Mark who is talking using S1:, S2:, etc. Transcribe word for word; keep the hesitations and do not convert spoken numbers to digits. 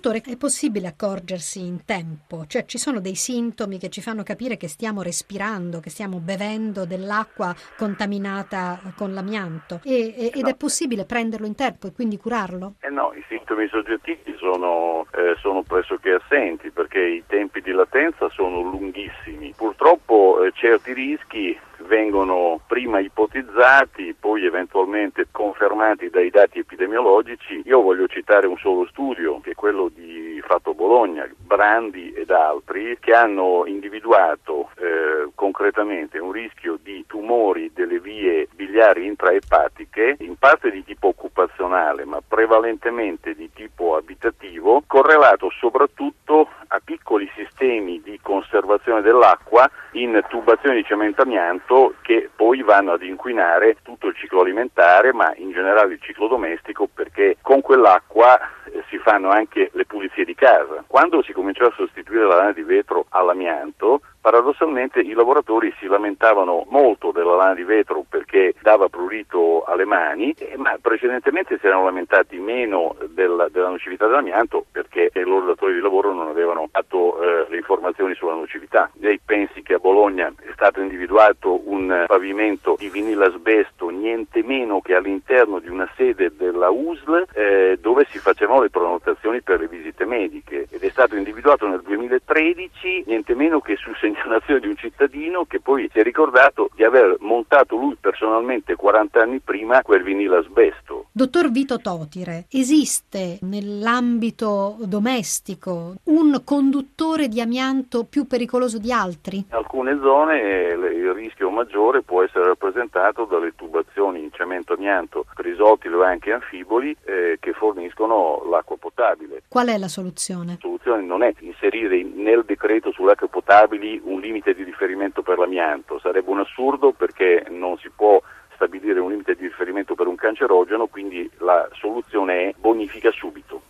S1: Dottore, è possibile accorgersi in tempo? Cioè ci sono dei sintomi che ci fanno capire che stiamo respirando, che stiamo bevendo dell'acqua contaminata con l'amianto e, e, ed
S2: no.
S1: è possibile prenderlo in tempo e quindi curarlo?
S2: Eh no, i sintomi soggettivi sono, eh, sono pressoché assenti perché i tempi di latenza sono lunghissimi. Purtroppo eh, certi rischi vengono prima ipotizzati, poi eventualmente confermati dai dati epidemiologici. Io voglio citare un solo studio, che è quello di Fatto Bologna, Brandi ed altri, che hanno individuato eh, concretamente un rischio di tumori delle vie biliari intraepatiche, in parte di tipo occupazionale, ma prevalentemente di tipo abitativo, correlato soprattutto a piccoli sistemi di conservazione dell'acqua in tubazioni di cemento amianto che poi vanno ad inquinare tutto il ciclo alimentare, ma in generale il ciclo domestico, perché con quell'acqua eh, si fanno anche le pulizie di casa. Quando si cominciò a sostituire la lana di vetro all'amianto, paradossalmente i lavoratori si lamentavano molto della lana di vetro perché dava prurito alle mani, eh, ma precedentemente si erano lamentati meno del, della nocività dell'amianto perché i loro datori di lavoro non avevano dato eh, le informazioni sulla nocività. Lei pensi che a Bologna è stato individuato un pavimento di vinile asbesto niente meno che all'interno di una sede della U S L eh, dove si facevano le prenotazioni per le visite mediche, ed è stato individuato nel duemilatredici niente meno che su segnalazione di un cittadino che poi si è ricordato di aver montato lui personalmente quaranta anni prima quel vinile asbesto.
S1: Dottor Vito Totire, esiste nell'ambito domestico un conduttore di amianto più pericoloso di altri?
S2: In alcune zone eh, il rischio maggiore può essere rappresentato dalle tubazioni in cemento amianto, crisotili o anche anfiboli eh, che forniscono l'acqua potabile.
S1: Qual è la soluzione?
S2: La soluzione non è inserire nel decreto sulle acque potabili un limite di riferimento per l'amianto, sarebbe un assurdo perché non si può stabilire un limite di riferimento per un cancerogeno, quindi la soluzione è bonifica subito.